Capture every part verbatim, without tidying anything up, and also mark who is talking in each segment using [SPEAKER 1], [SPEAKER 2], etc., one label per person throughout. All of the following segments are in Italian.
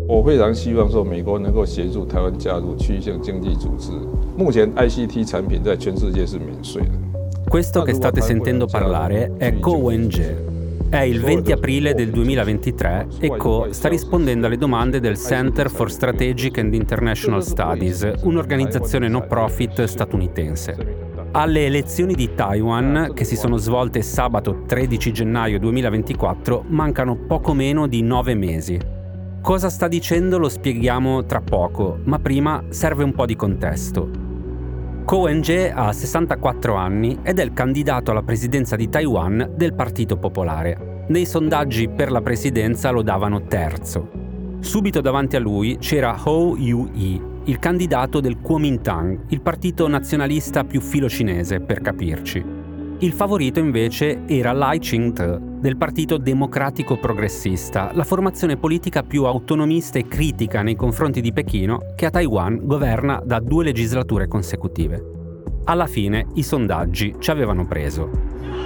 [SPEAKER 1] 我非常希望说美国能够协助台湾加入区域性经济组织。目前 I C T 产品在全世界是免税的。
[SPEAKER 2] Questo che state sentendo parlare è Ko Wen-je. È il venti aprile del duemilaventitré e Ko sta rispondendo alle domande del Center for Strategic and International Studies, un'organizzazione no profit statunitense. Alle elezioni di Taiwan, che si sono svolte sabato tredici gennaio duemilaventiquattro, mancano poco meno di nove mesi. Cosa sta dicendo lo spieghiamo tra poco, ma prima serve un po' di contesto. Ko Wen-je ha sessantaquattro anni ed è il candidato alla presidenza di Taiwan del Partito Popolare. Nei sondaggi per la presidenza lo davano terzo. Subito davanti a lui c'era Hou Yu-yi, il candidato del Kuomintang, il partito nazionalista più filocinese, per capirci. Il favorito invece era Lai Ching-te, del Partito Democratico Progressista, la formazione politica più autonomista e critica nei confronti di Pechino che a Taiwan governa da due legislature consecutive. Alla fine i sondaggi ci avevano preso.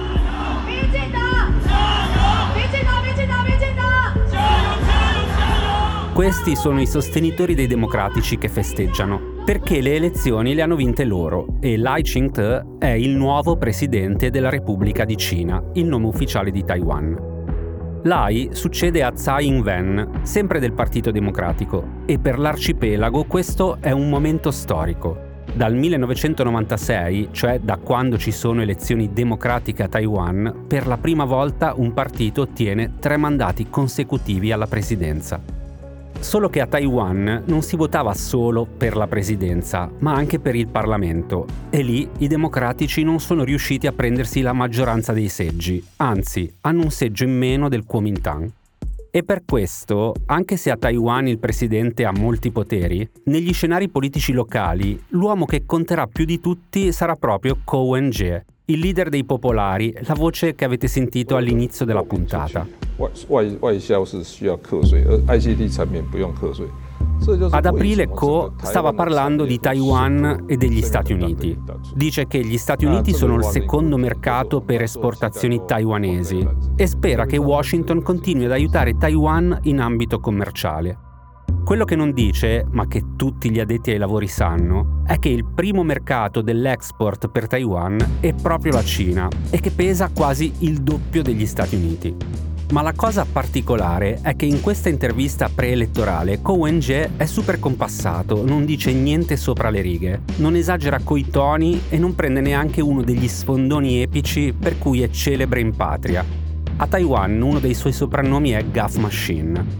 [SPEAKER 2] Questi sono i sostenitori dei democratici che festeggiano, perché le elezioni le hanno vinte loro e Lai Ching-te è il nuovo presidente della Repubblica di Cina, il nome ufficiale di Taiwan. Lai succede a Tsai Ing-wen, sempre del Partito Democratico, e per l'arcipelago questo è un momento storico. Dal millenovecentonovantasei, cioè da quando ci sono elezioni democratiche a Taiwan, per la prima volta un partito ottiene tre mandati consecutivi alla presidenza. Solo che a Taiwan non si votava solo per la presidenza, ma anche per il Parlamento, e lì i democratici non sono riusciti a prendersi la maggioranza dei seggi, anzi, hanno un seggio in meno del Kuomintang. E per questo, anche se a Taiwan il presidente ha molti poteri, negli scenari politici locali l'uomo che conterà più di tutti sarà proprio Ko Wen-je, il leader dei popolari, la voce che avete sentito all'inizio della puntata. Ad aprile Ko stava parlando di Taiwan e degli Stati Uniti. Dice che gli Stati Uniti sono il secondo mercato per esportazioni taiwanesi e spera che Washington continui ad aiutare Taiwan in ambito commerciale. Quello che non dice, ma che tutti gli addetti ai lavori sanno, è che il primo mercato dell'export per Taiwan è proprio la Cina e che pesa quasi il doppio degli Stati Uniti. Ma la cosa particolare è che in questa intervista preelettorale Ko Wen-je è super compassato, non dice niente sopra le righe, non esagera coi toni e non prende neanche uno degli sfondoni epici per cui è celebre in patria. A Taiwan uno dei suoi soprannomi è Gaff Machine.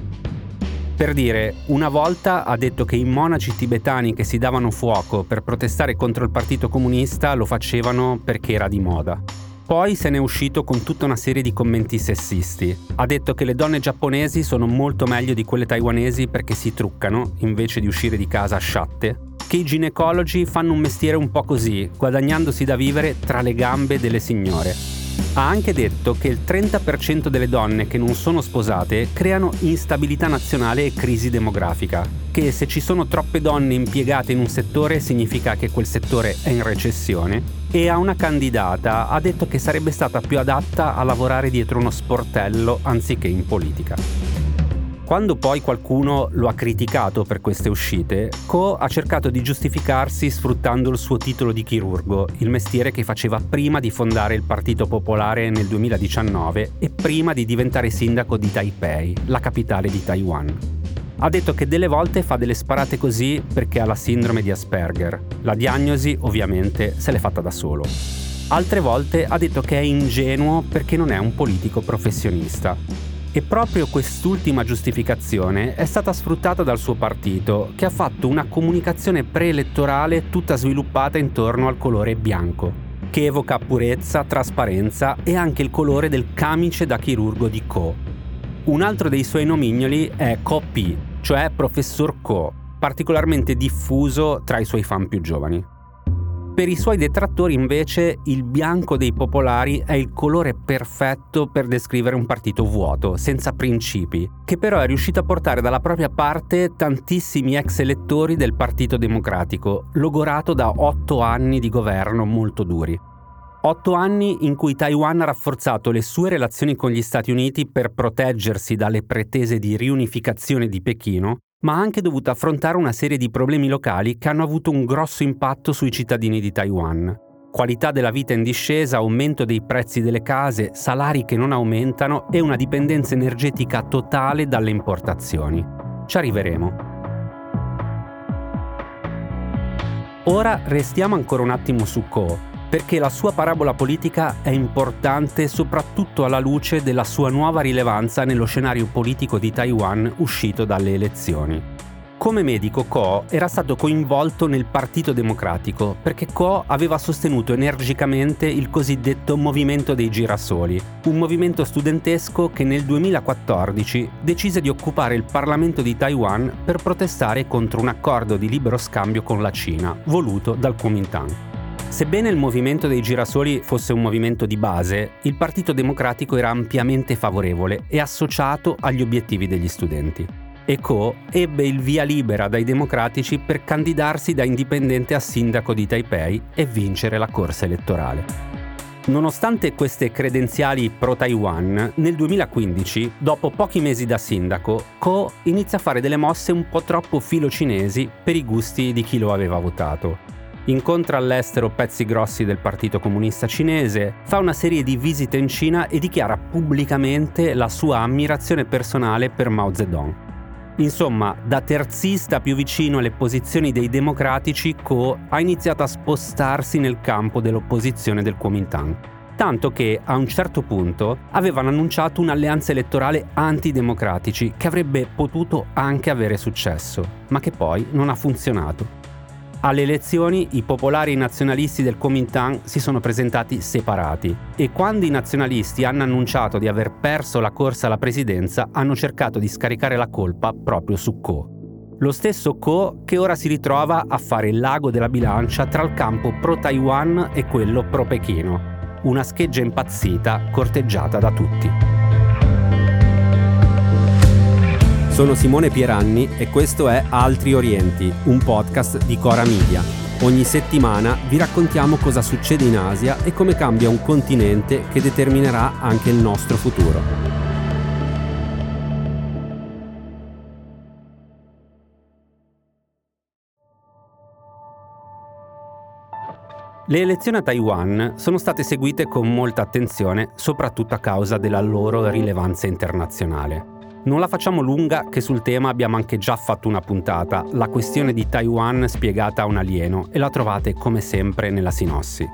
[SPEAKER 2] Per dire, una volta ha detto che i monaci tibetani che si davano fuoco per protestare contro il Partito Comunista lo facevano perché era di moda. Poi se n'è uscito con tutta una serie di commenti sessisti. Ha detto che le donne giapponesi sono molto meglio di quelle taiwanesi perché si truccano, invece di uscire di casa sciatte, che i ginecologi fanno un mestiere un po' così, guadagnandosi da vivere tra le gambe delle signore. Ha anche detto che il trenta per cento delle donne che non sono sposate creano instabilità nazionale e crisi demografica, che se ci sono troppe donne impiegate in un settore significa che quel settore è in recessione, e a una candidata ha detto che sarebbe stata più adatta a lavorare dietro uno sportello anziché in politica. Quando poi qualcuno lo ha criticato per queste uscite, Ko ha cercato di giustificarsi sfruttando il suo titolo di chirurgo, il mestiere che faceva prima di fondare il Partito Popolare nel duemiladiciannove e prima di diventare sindaco di Taipei, la capitale di Taiwan. Ha detto che delle volte fa delle sparate così perché ha la sindrome di Asperger. La diagnosi, ovviamente, se l'è fatta da solo. Altre volte ha detto che è ingenuo perché non è un politico professionista. E proprio quest'ultima giustificazione è stata sfruttata dal suo partito, che ha fatto una comunicazione preelettorale tutta sviluppata intorno al colore bianco, che evoca purezza, trasparenza e anche il colore del camice da chirurgo di Ko. Un altro dei suoi nomignoli è Ko Pi, cioè Professor Ko, particolarmente diffuso tra i suoi fan più giovani. Per i suoi detrattori invece il bianco dei popolari è il colore perfetto per descrivere un partito vuoto, senza principi, che però è riuscito a portare dalla propria parte tantissimi ex elettori del Partito Democratico, logorato da otto anni di governo molto duri. Otto anni in cui Taiwan ha rafforzato le sue relazioni con gli Stati Uniti per proteggersi dalle pretese di riunificazione di Pechino, ma ha anche dovuto affrontare una serie di problemi locali che hanno avuto un grosso impatto sui cittadini di Taiwan. Qualità della vita in discesa, aumento dei prezzi delle case, salari che non aumentano e una dipendenza energetica totale dalle importazioni. Ci arriveremo. Ora restiamo ancora un attimo su Ko, perché la sua parabola politica è importante soprattutto alla luce della sua nuova rilevanza nello scenario politico di Taiwan uscito dalle elezioni. Come medico, Ko era stato coinvolto nel Partito Democratico perché Ko aveva sostenuto energicamente il cosiddetto Movimento dei Girasoli, un movimento studentesco che nel duemilaquattordici decise di occupare il Parlamento di Taiwan per protestare contro un accordo di libero scambio con la Cina, voluto dal Kuomintang. Sebbene il Movimento dei Girasoli fosse un movimento di base, il Partito Democratico era ampiamente favorevole e associato agli obiettivi degli studenti. E Ko ebbe il via libera dai democratici per candidarsi da indipendente a sindaco di Taipei e vincere la corsa elettorale. Nonostante queste credenziali pro-Taiwan, nel duemilaquindici, dopo pochi mesi da sindaco, Ko inizia a fare delle mosse un po' troppo filo-cinesi per i gusti di chi lo aveva votato. Incontra all'estero pezzi grossi del Partito Comunista Cinese, fa una serie di visite in Cina e dichiara pubblicamente la sua ammirazione personale per Mao Zedong. Insomma, da terzista più vicino alle posizioni dei democratici, Ko ha iniziato a spostarsi nel campo dell'opposizione del Kuomintang. Tanto che, a un certo punto, avevano annunciato un'alleanza elettorale antidemocratici che avrebbe potuto anche avere successo, ma che poi non ha funzionato. Alle elezioni i popolari e i nazionalisti del Kuomintang si sono presentati separati e quando i nazionalisti hanno annunciato di aver perso la corsa alla presidenza hanno cercato di scaricare la colpa proprio su Ko. Lo stesso Ko che ora si ritrova a fare il l'ago della bilancia tra il campo pro-Taiwan e quello pro-Pechino. Una scheggia impazzita corteggiata da tutti. Sono Simone Pieranni e questo è Altri Orienti, un podcast di Cora Media. Ogni settimana vi raccontiamo cosa succede in Asia e come cambia un continente che determinerà anche il nostro futuro. Le elezioni a Taiwan sono state seguite con molta attenzione, soprattutto a causa della loro rilevanza internazionale. Non la facciamo lunga, che sul tema abbiamo anche già fatto una puntata, la questione di Taiwan spiegata a un alieno, e la trovate come sempre nella sinossi.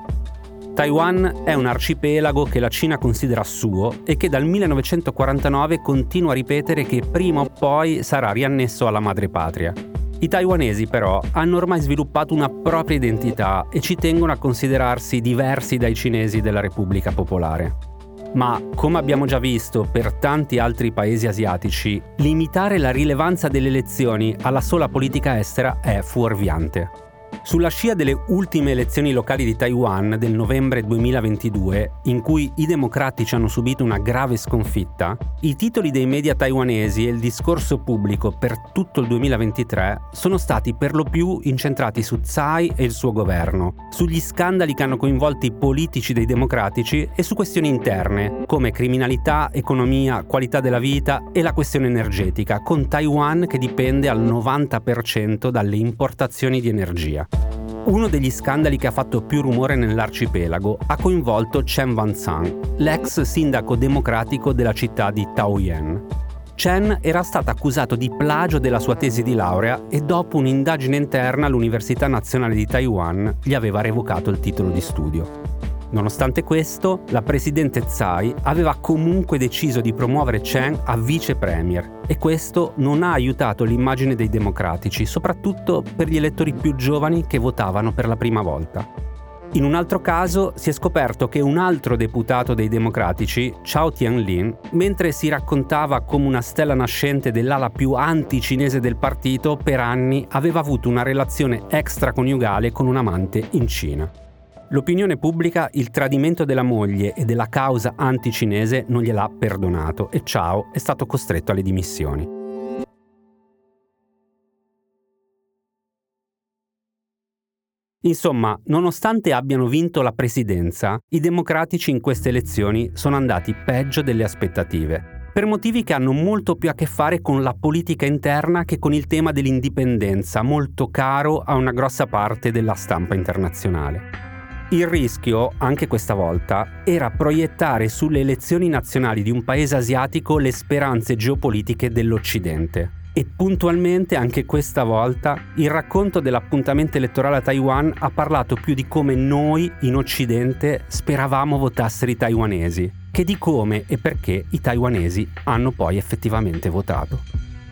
[SPEAKER 2] Taiwan è un arcipelago che la Cina considera suo e che dal millenovecentoquarantanove continua a ripetere che prima o poi sarà riannesso alla madrepatria. I taiwanesi però hanno ormai sviluppato una propria identità e ci tengono a considerarsi diversi dai cinesi della Repubblica Popolare. Ma, come abbiamo già visto per tanti altri paesi asiatici, limitare la rilevanza delle elezioni alla sola politica estera è fuorviante. Sulla scia delle ultime elezioni locali di Taiwan del novembre duemilaventidue, in cui i democratici hanno subito una grave sconfitta, i titoli dei media taiwanesi e il discorso pubblico per tutto il duemilaventitré sono stati per lo più incentrati su Tsai e il suo governo, sugli scandali che hanno coinvolto i politici dei democratici e su questioni interne, come criminalità, economia, qualità della vita e la questione energetica, con Taiwan che dipende al novanta per cento dalle importazioni di energia. Uno degli scandali che ha fatto più rumore nell'arcipelago ha coinvolto Chen Wanzhang, l'ex sindaco democratico della città di Taoyuan. Chen era stato accusato di plagio della sua tesi di laurea e dopo un'indagine interna l'Università Nazionale di Taiwan gli aveva revocato il titolo di studio. Nonostante questo, la presidente Tsai aveva comunque deciso di promuovere Chen a vice premier e questo non ha aiutato l'immagine dei democratici, soprattutto per gli elettori più giovani che votavano per la prima volta. In un altro caso si è scoperto che un altro deputato dei democratici, Chao Tianlin, mentre si raccontava come una stella nascente dell'ala più anti-cinese del partito, per anni aveva avuto una relazione extraconiugale con un amante in Cina. L'opinione pubblica il tradimento della moglie e della causa anticinese non gliel'ha perdonato e Chao è stato costretto alle dimissioni. Insomma, nonostante abbiano vinto la presidenza, i democratici in queste elezioni sono andati peggio delle aspettative. per motivi che hanno molto più a che fare con la politica interna che con il tema dell'indipendenza, molto caro a una grossa parte della stampa internazionale. Il rischio, anche questa volta, era proiettare sulle elezioni nazionali di un paese asiatico le speranze geopolitiche dell'Occidente. E puntualmente, anche questa volta, il racconto dell'appuntamento elettorale a Taiwan ha parlato più di come noi, in Occidente, speravamo votassero i taiwanesi, che di come e perché i taiwanesi hanno poi effettivamente votato.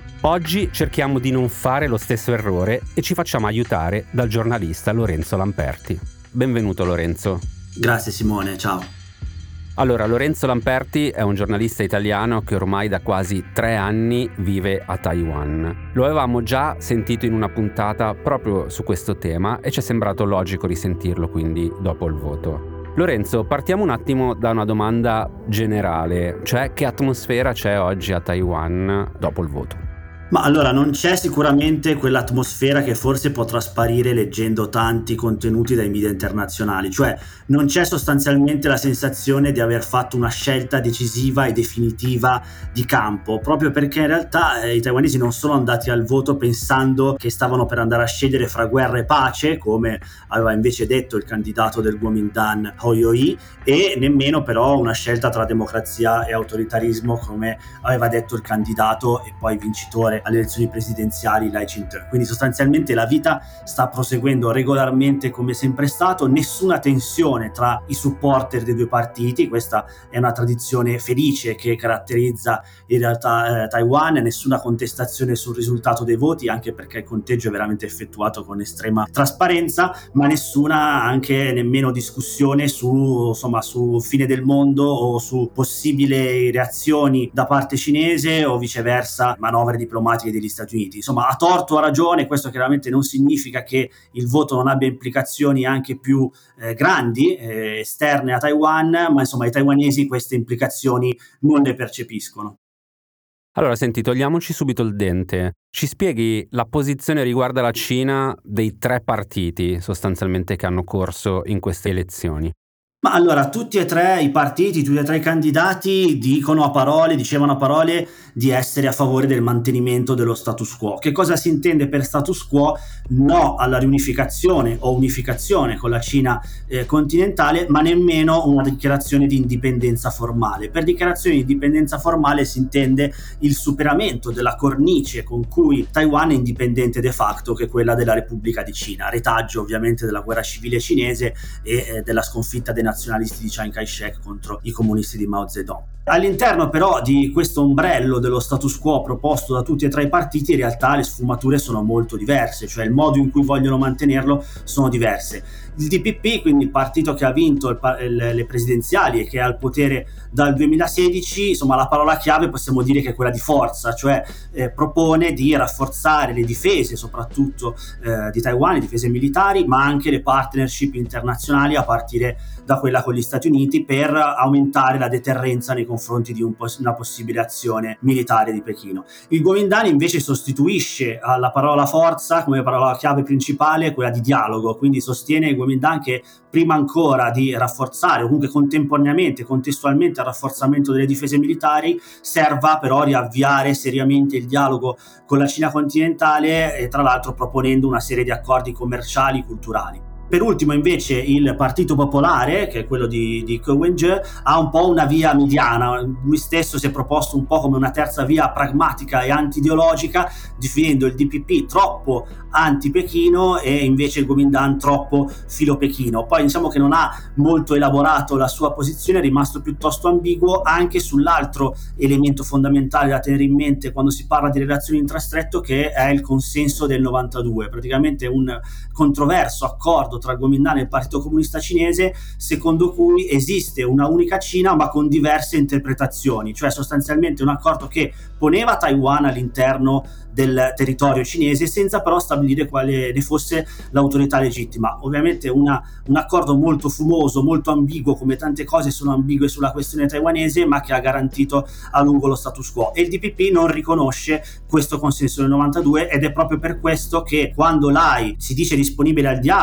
[SPEAKER 2] Oggi cerchiamo di non fare lo stesso errore e ci facciamo aiutare dal giornalista Lorenzo Lamperti. Benvenuto Lorenzo.
[SPEAKER 3] Grazie Simone, ciao.
[SPEAKER 2] Allora, Lorenzo Lamperti è un giornalista italiano che ormai da quasi tre anni vive a Taiwan. Lo avevamo già sentito in una puntata proprio su questo tema e ci è sembrato logico risentirlo quindi dopo il voto. Lorenzo, partiamo un attimo da una domanda generale, cioè che atmosfera c'è oggi a Taiwan dopo il voto?
[SPEAKER 3] Ma allora non c'è sicuramente quell'atmosfera che forse può trasparire leggendo tanti contenuti dai media internazionali, cioè non c'è sostanzialmente la sensazione di aver fatto una scelta decisiva e definitiva di campo, proprio perché in realtà eh, i taiwanesi non sono andati al voto pensando che stavano per andare a scegliere fra guerra e pace, come aveva invece detto il candidato del Kuomintang Hou Yu-ih, e nemmeno però una scelta tra democrazia e autoritarismo, come aveva detto il candidato e poi vincitore alle elezioni presidenziali Lai Ching-te. Quindi sostanzialmente la vita sta proseguendo regolarmente come sempre stato, nessuna tensione tra i supporter dei due partiti, questa è una tradizione felice che caratterizza in realtà eh, Taiwan, nessuna contestazione sul risultato dei voti, anche perché il conteggio è veramente effettuato con estrema trasparenza, ma nessuna anche nemmeno discussione su insomma su fine del mondo o su possibili reazioni da parte cinese o viceversa manovre diplomatiche degli Stati Uniti. Insomma, a torto o a ragione, questo chiaramente non significa che il voto non abbia implicazioni anche più eh, grandi, eh, esterne a Taiwan, ma insomma i taiwanesi queste implicazioni non le percepiscono.
[SPEAKER 2] Allora, senti, togliamoci subito il dente. Ci spieghi la posizione riguardo alla Cina dei tre partiti sostanzialmente che hanno corso in queste elezioni?
[SPEAKER 3] Ma allora, tutti e tre i partiti, tutti e tre i candidati dicono a parole, dicevano a parole di essere a favore del mantenimento dello status quo. Che cosa si intende per status quo? No alla riunificazione o unificazione con la Cina eh, continentale, ma nemmeno una dichiarazione di indipendenza formale. Per dichiarazione di indipendenza formale si intende il superamento della cornice con cui Taiwan è indipendente de facto, che è quella della Repubblica di Cina, retaggio ovviamente della guerra civile cinese e eh, della sconfitta dei nazionalisti di Chiang Kai-shek contro i comunisti di Mao Zedong. All'interno però di questo ombrello dello status quo proposto da tutti e tre i partiti, in realtà le sfumature sono molto diverse, cioè il modo in cui vogliono mantenerlo sono diverse. Il D P P, quindi il partito che ha vinto il, il, le presidenziali e che è al potere dal duemilasedici, insomma la parola chiave possiamo dire che è quella di forza, cioè eh, propone di rafforzare le difese soprattutto eh, di Taiwan, le difese militari, ma anche le partnership internazionali a partire da quella con gli Stati Uniti per aumentare la deterrenza nei confronti di un poss- una possibile azione militare di Pechino. Il Kuomintang invece sostituisce alla parola forza come parola chiave principale quella di dialogo, quindi sostiene il Kuomintang che prima ancora di rafforzare o comunque contemporaneamente, contestualmente al rafforzamento delle difese militari, serva però riavviare seriamente il dialogo con la Cina continentale e tra l'altro proponendo una serie di accordi commerciali, culturali. Per ultimo invece il Partito Popolare, che è quello di, di Ko Wen-je, ha un po' una via mediana. Lui stesso si è proposto un po' come una terza via pragmatica e anti-ideologica, definendo il D P P troppo anti-Pechino e invece il Kuomintang troppo filo-Pechino. Poi diciamo che non ha molto elaborato la sua posizione, è rimasto piuttosto ambiguo anche sull'altro elemento fondamentale da tenere in mente quando si parla di relazioni intrastretto, che è il consenso del novantadue, praticamente un controverso accordo tra il Kuomintang e il Partito Comunista Cinese, secondo cui esiste una unica Cina ma con diverse interpretazioni, cioè sostanzialmente un accordo che poneva Taiwan all'interno del territorio cinese senza però stabilire quale ne fosse l'autorità legittima. Ovviamente una, un accordo molto fumoso, molto ambiguo, come tante cose sono ambigue sulla questione taiwanese, ma che ha garantito a lungo lo status quo, e il D P P non riconosce questo consenso del novantadue ed è proprio per questo che quando Lai si dice disponibile al dialogo però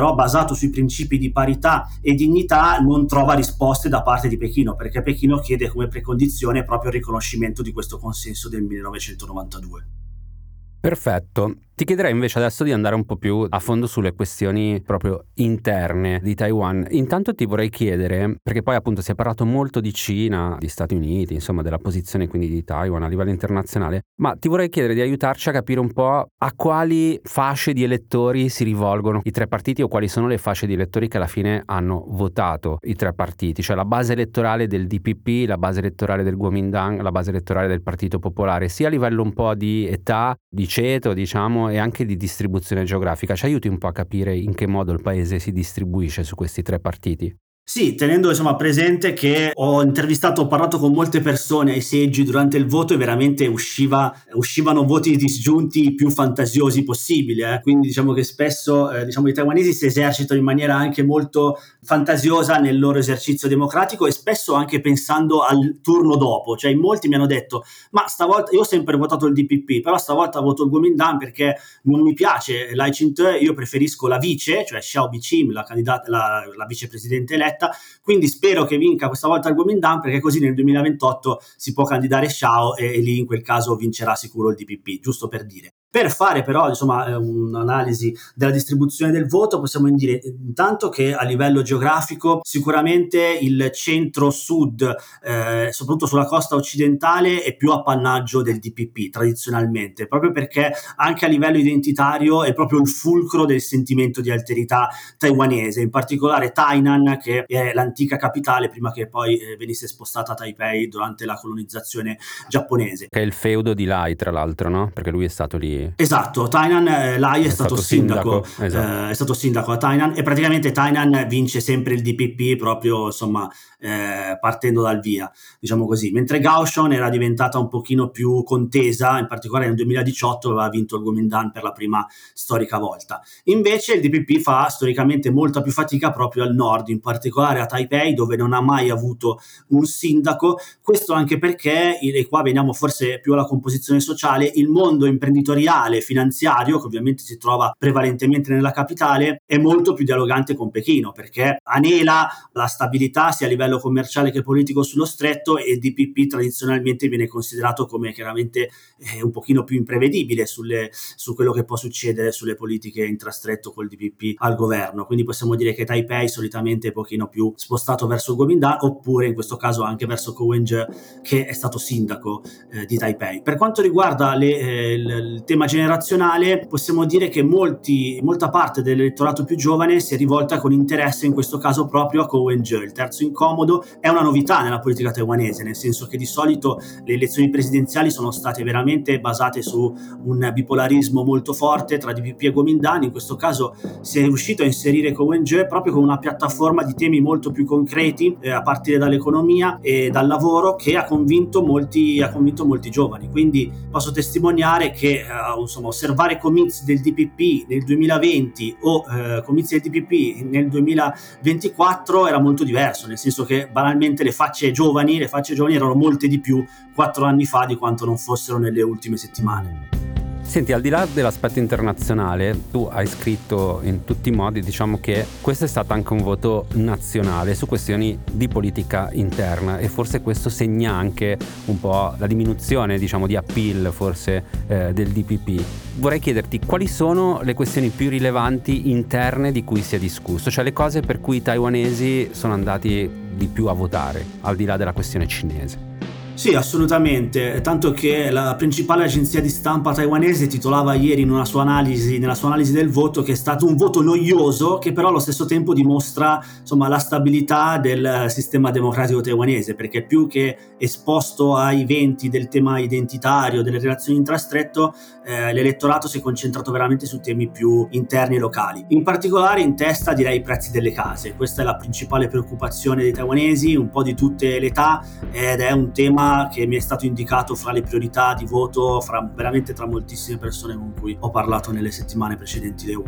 [SPEAKER 3] però basato sui principi di parità e dignità, non trova risposte da parte di Pechino, perché Pechino chiede come precondizione proprio il riconoscimento di questo consenso del millenovecentonovantadue.
[SPEAKER 2] Perfetto. Ti chiederei invece adesso di andare un po' più a fondo sulle questioni proprio interne di Taiwan. Intanto ti vorrei chiedere, perché poi appunto si è parlato molto di Cina, di Stati Uniti, insomma della posizione quindi di Taiwan a livello internazionale, ma ti vorrei chiedere di aiutarci a capire un po' a quali fasce di elettori si rivolgono i tre partiti o quali sono le fasce di elettori che alla fine hanno votato i tre partiti, cioè la base elettorale del D P P, la base elettorale del Kuomintang, la base elettorale del Partito Popolare, sia a livello un po' di età, di ceto, diciamo, e anche di distribuzione geografica. Ci aiuti un po' a capire in che modo il paese si distribuisce su questi tre partiti?
[SPEAKER 3] Sì, tenendo insomma presente che ho intervistato, ho parlato con molte persone ai seggi durante il voto e veramente usciva, uscivano voti disgiunti più fantasiosi possibili, eh. Quindi diciamo che spesso eh, diciamo, i taiwanesi si esercitano in maniera anche molto fantasiosa nel loro esercizio democratico e spesso anche pensando al turno dopo, cioè in molti mi hanno detto ma stavolta io ho sempre votato il D P P, però stavolta voto il Kuomintang perché non mi piace Lai Ching-te, io preferisco la vice, cioè Xiao Bi-chim, la candidata, la, la vicepresidente eletta, quindi spero che vinca questa volta il Kuomintang perché così nel duemilaventotto si può candidare Xiao e, e lì in quel caso vincerà sicuro il D P P, giusto per dire. Per fare però insomma un'analisi della distribuzione del voto possiamo dire intanto che a livello geografico sicuramente il centro-sud, eh, soprattutto sulla costa occidentale, è più appannaggio del D P P tradizionalmente, proprio perché anche a livello identitario è proprio il fulcro del sentimento di alterità taiwanese, in particolare Tainan, che è l'antica capitale prima che poi eh, venisse spostata a Taipei durante la colonizzazione giapponese.
[SPEAKER 2] Che è il feudo di Lai, tra l'altro, no? Perché lui è stato lì.
[SPEAKER 3] Esatto, Tainan, eh, Lai è, è stato, stato sindaco, sindaco esatto. eh, è stato sindaco a Tainan e praticamente Tainan vince sempre il D P P proprio insomma eh, partendo dal via, diciamo così, mentre Kaohsiung era diventata un pochino più contesa, in particolare nel duemiladiciotto aveva vinto il Kuomintang per la prima storica volta. Invece il D P P fa storicamente molta più fatica proprio al nord, in particolare a Taipei, dove non ha mai avuto un sindaco, questo anche perché, e qua veniamo forse più alla composizione sociale, il mondo imprenditoriale finanziario, che ovviamente si trova prevalentemente nella capitale, è molto più dialogante con Pechino, perché anela la stabilità sia a livello commerciale che politico sullo stretto e il D P P tradizionalmente viene considerato come chiaramente eh, un pochino più imprevedibile sulle, su quello che può succedere sulle politiche intrastretto col D P P al governo. Quindi possiamo dire che Taipei solitamente è un pochino più spostato verso il Kuomintang, oppure in questo caso anche verso Ko Wen-je, che è stato sindaco eh, di Taipei. Per quanto riguarda le, eh, il, il tema generazionale, possiamo dire che molti, molta parte dell'elettorato più giovane si è rivolta con interesse in questo caso proprio a Ko Wen-je. Il terzo incomodo è una novità nella politica taiwanese, nel senso che di solito le elezioni presidenziali sono state veramente basate su un bipolarismo molto forte tra D P P e Kuomintang. In questo caso si è riuscito a inserire Ko Wen-je proprio con una piattaforma di temi molto più concreti, eh, a partire dall'economia e dal lavoro, che ha convinto molti, ha convinto molti giovani. Quindi posso testimoniare che eh, insomma, osservare comizi del D P P nel duemilaventi o eh, comizi del D P P nel duemilaventiquattro era molto diverso, nel senso che banalmente le facce giovani, le facce giovani erano molte di più quattro anni fa di quanto non fossero nelle ultime settimane.
[SPEAKER 2] Senti, al di là dell'aspetto internazionale, tu hai scritto in tutti i modi, diciamo che questo è stato anche un voto nazionale su questioni di politica interna e forse questo segna anche un po' la diminuzione, diciamo, di appeal forse eh, del D P P. Vorrei chiederti quali sono le questioni più rilevanti interne di cui si è discusso, cioè le cose per cui i taiwanesi sono andati di più a votare, al di là della questione cinese.
[SPEAKER 3] Sì, assolutamente, tanto che la principale agenzia di stampa taiwanese titolava ieri in una sua analisi, nella sua analisi del voto, che è stato un voto noioso che però allo stesso tempo dimostra insomma la stabilità del sistema democratico taiwanese, perché più che esposto ai venti del tema identitario, delle relazioni intrastretto, eh, l'elettorato si è concentrato veramente su temi più interni e locali. In particolare in testa direi i prezzi delle case, questa è la principale preoccupazione dei taiwanesi, un po' di tutte le età, ed è un tema che mi è stato indicato fra le priorità di voto fra veramente tra moltissime persone con cui ho parlato nelle settimane precedenti le urne.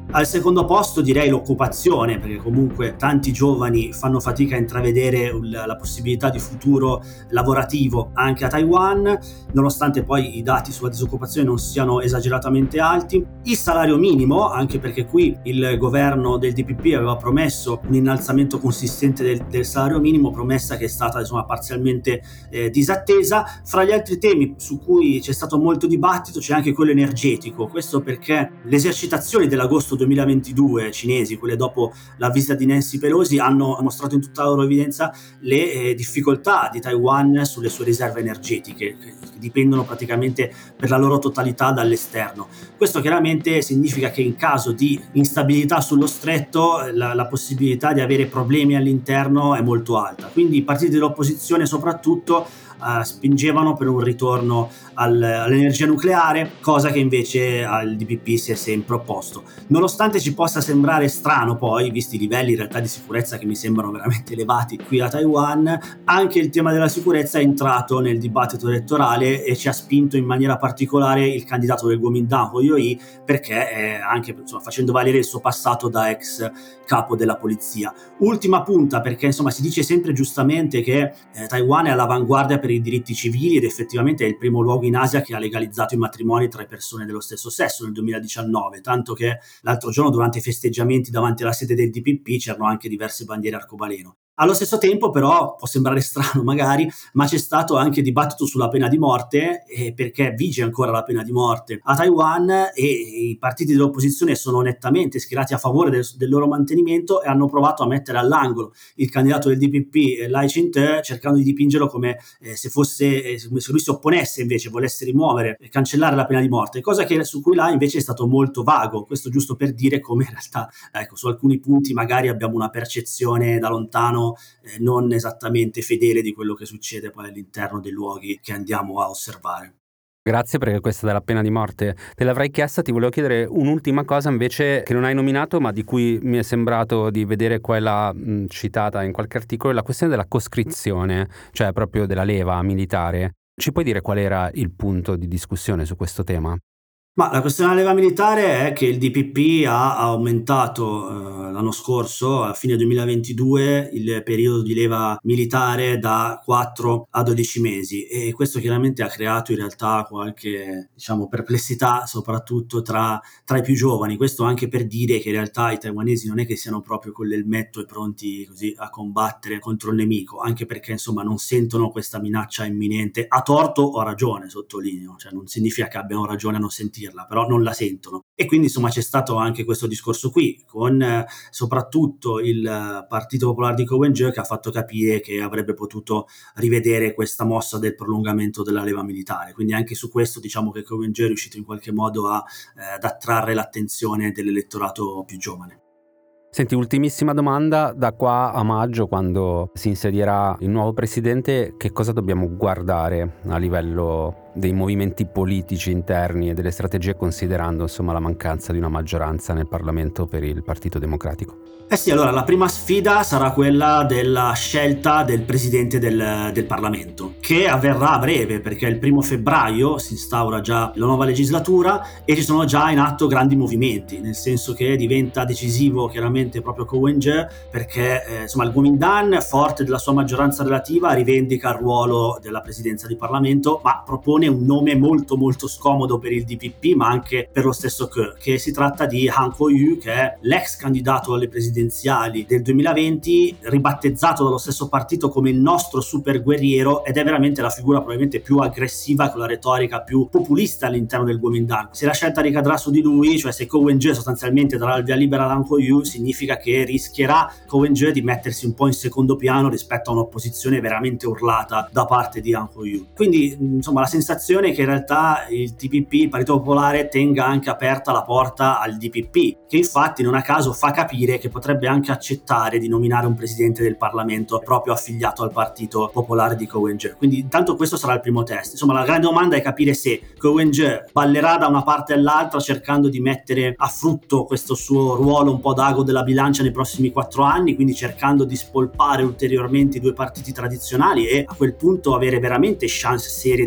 [SPEAKER 3] Al secondo posto direi l'occupazione, perché comunque tanti giovani fanno fatica a intravedere la possibilità di futuro lavorativo anche a Taiwan, nonostante poi i dati sulla disoccupazione non siano esageratamente alti. Il salario minimo, anche perché qui il governo del D P P aveva promesso un innalzamento consistente del, del salario minimo, promessa che è stata insomma parzialmente eh, disattesa. Fra gli altri temi su cui c'è stato molto dibattito c'è anche quello energetico, questo perché le esercitazioni dell'agosto duemilaventidue cinesi, quelle dopo la visita di Nancy Pelosi, hanno mostrato in tutta la loro evidenza le eh, difficoltà di Taiwan sulle sue riserve energetiche, che dipendono praticamente per la loro totalità dall'esterno. Questo chiaramente significa che in caso di instabilità sullo stretto la, la possibilità di avere problemi all'interno è molto alta, quindi i partiti dell'opposizione soprattutto Uh, spingevano per un ritorno al, all'energia nucleare, cosa che invece al D P P si è sempre opposto. Nonostante ci possa sembrare strano poi, visti i livelli in realtà di sicurezza che mi sembrano veramente elevati qui a Taiwan, anche il tema della sicurezza è entrato nel dibattito elettorale e ci ha spinto in maniera particolare il candidato del Kuomintang, Hou Ui, perché eh, anche insomma, facendo valere il suo passato da ex capo della polizia. Ultima punta, perché insomma si dice sempre giustamente che eh, Taiwan è all'avanguardia per i diritti civili ed effettivamente è il primo luogo in Asia che ha legalizzato i matrimoni tra persone dello stesso sesso nel duemiladiciannove, tanto che l'altro giorno durante i festeggiamenti davanti alla sede del D P P c'erano anche diverse bandiere arcobaleno. Allo stesso tempo però, può sembrare strano magari, ma c'è stato anche dibattito sulla pena di morte, eh, perché vige ancora la pena di morte a Taiwan e i partiti dell'opposizione sono nettamente schierati a favore del, del loro mantenimento e hanno provato a mettere all'angolo il candidato del D P P, eh, Lai Ching-te, cercando di dipingerlo come eh, se fosse, eh, come se lui si opponesse invece, volesse rimuovere e cancellare la pena di morte, cosa che su cui Lai invece è stato molto vago. Questo giusto per dire come in realtà, ecco, su alcuni punti magari abbiamo una percezione da lontano Eh, non esattamente fedele di quello che succede poi all'interno dei luoghi che andiamo a osservare.
[SPEAKER 2] Grazie, perché questa della pena di morte te l'avrei chiesta. Ti volevo chiedere un'ultima cosa invece che non hai nominato ma di cui mi è sembrato di vedere quella mh, citata in qualche articolo, la questione della coscrizione, cioè proprio della leva militare. Ci puoi dire qual era il punto di discussione su questo tema?
[SPEAKER 3] Ma la questione della leva militare è che il D P P ha aumentato eh, l'anno scorso, a fine duemilaventidue, il periodo di leva militare da quattro a dodici mesi e questo chiaramente ha creato in realtà qualche, diciamo, perplessità soprattutto tra, tra i più giovani. Questo anche per dire che in realtà i taiwanesi non è che siano proprio con l'elmetto e pronti così a combattere contro il nemico, anche perché insomma non sentono questa minaccia imminente, a torto o a ragione, sottolineo, cioè non significa che abbiano ragione a non sentirla, però non la sentono. E quindi insomma c'è stato anche questo discorso qui con eh, soprattutto il uh, Partito Popolare di Kouwen che ha fatto capire che avrebbe potuto rivedere questa mossa del prolungamento della leva militare, quindi anche su questo diciamo che Kouwen è riuscito in qualche modo a, eh, ad attrarre l'attenzione dell'elettorato più giovane.
[SPEAKER 2] Senti, ultimissima domanda, da qua a maggio, quando si insedierà il nuovo presidente, che cosa dobbiamo guardare a livello dei movimenti politici interni e delle strategie, considerando insomma la mancanza di una maggioranza nel Parlamento per il Partito Democratico?
[SPEAKER 3] Eh sì, allora la prima sfida sarà quella della scelta del presidente del, del Parlamento, che avverrà a breve perché il primo febbraio si instaura già la nuova legislatura e ci sono già in atto grandi movimenti, nel senso che diventa decisivo chiaramente proprio Kouwen perché eh, insomma il Kuomintang, forte della sua maggioranza relativa, rivendica il ruolo della presidenza di Parlamento, ma propone un nome molto molto scomodo per il D P P ma anche per lo stesso Ke, che si tratta di Han Kuo-yu, che è l'ex candidato alle presidenziali del duemilaventi, ribattezzato dallo stesso partito come il nostro super guerriero, ed è veramente la figura probabilmente più aggressiva, con la retorica più populista all'interno del Kuomintang. Se la scelta ricadrà su di lui, cioè se Kouwen sostanzialmente darà il via libera ad Han Kuo-yu, significa che rischierà Kouwen di mettersi un po' in secondo piano rispetto a un'opposizione veramente urlata da parte di Han Kuo-yu. Quindi insomma la sensazione è che in realtà il T P P, il Partito Popolare, tenga anche aperta la porta al D P P, che infatti non a caso fa capire che potrebbe anche accettare di nominare un presidente del Parlamento proprio affiliato al Partito Popolare di Kouwen. Quindi intanto questo sarà il primo test. Insomma la grande domanda è capire se Kouwen ballerà da una parte all'altra cercando di mettere a frutto questo suo ruolo un po' d'ago della bilancia nei prossimi quattro anni, quindi cercando di spolpare ulteriormente i due partiti tradizionali e a quel punto avere veramente chance serie di vittoria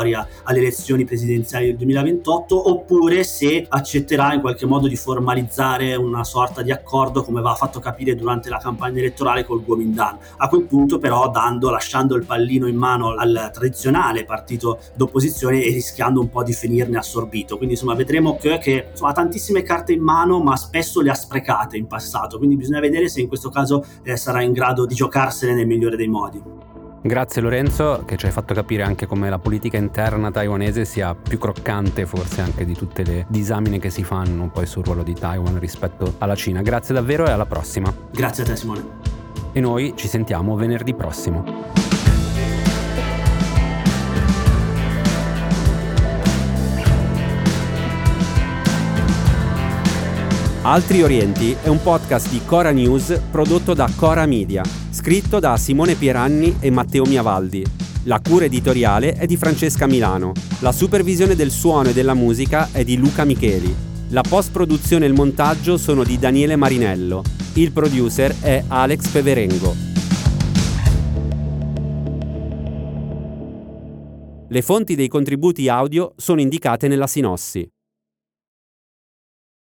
[SPEAKER 3] vittoria alle elezioni presidenziali del duemilaventotto, oppure se accetterà in qualche modo di formalizzare una sorta di accordo, come va fatto capire durante la campagna elettorale col Kuomintang. A quel punto però dando, lasciando il pallino in mano al tradizionale partito d'opposizione e rischiando un po' di finirne assorbito. Quindi insomma vedremo che, che insomma, ha tantissime carte in mano, ma spesso le ha sprecate in passato, quindi bisogna vedere se in questo caso eh, sarà in grado di giocarsene nel migliore dei modi.
[SPEAKER 2] Grazie Lorenzo, che ci hai fatto capire anche come la politica interna taiwanese sia più croccante forse anche di tutte le disamine che si fanno poi sul ruolo di Taiwan rispetto alla Cina. Grazie davvero e alla prossima.
[SPEAKER 3] Grazie a te Simone.
[SPEAKER 2] E noi ci sentiamo venerdì prossimo. Altri Orienti è un podcast di Cora News prodotto da Cora Media, scritto da Simone Pieranni e Matteo Miavaldi. La cura editoriale è di Francesca Milano, la supervisione del suono e della musica è di Luca Micheli, la post-produzione e il montaggio sono di Daniele Marinello, il producer è Alex Peverengo. Le fonti dei contributi audio sono indicate nella sinossi.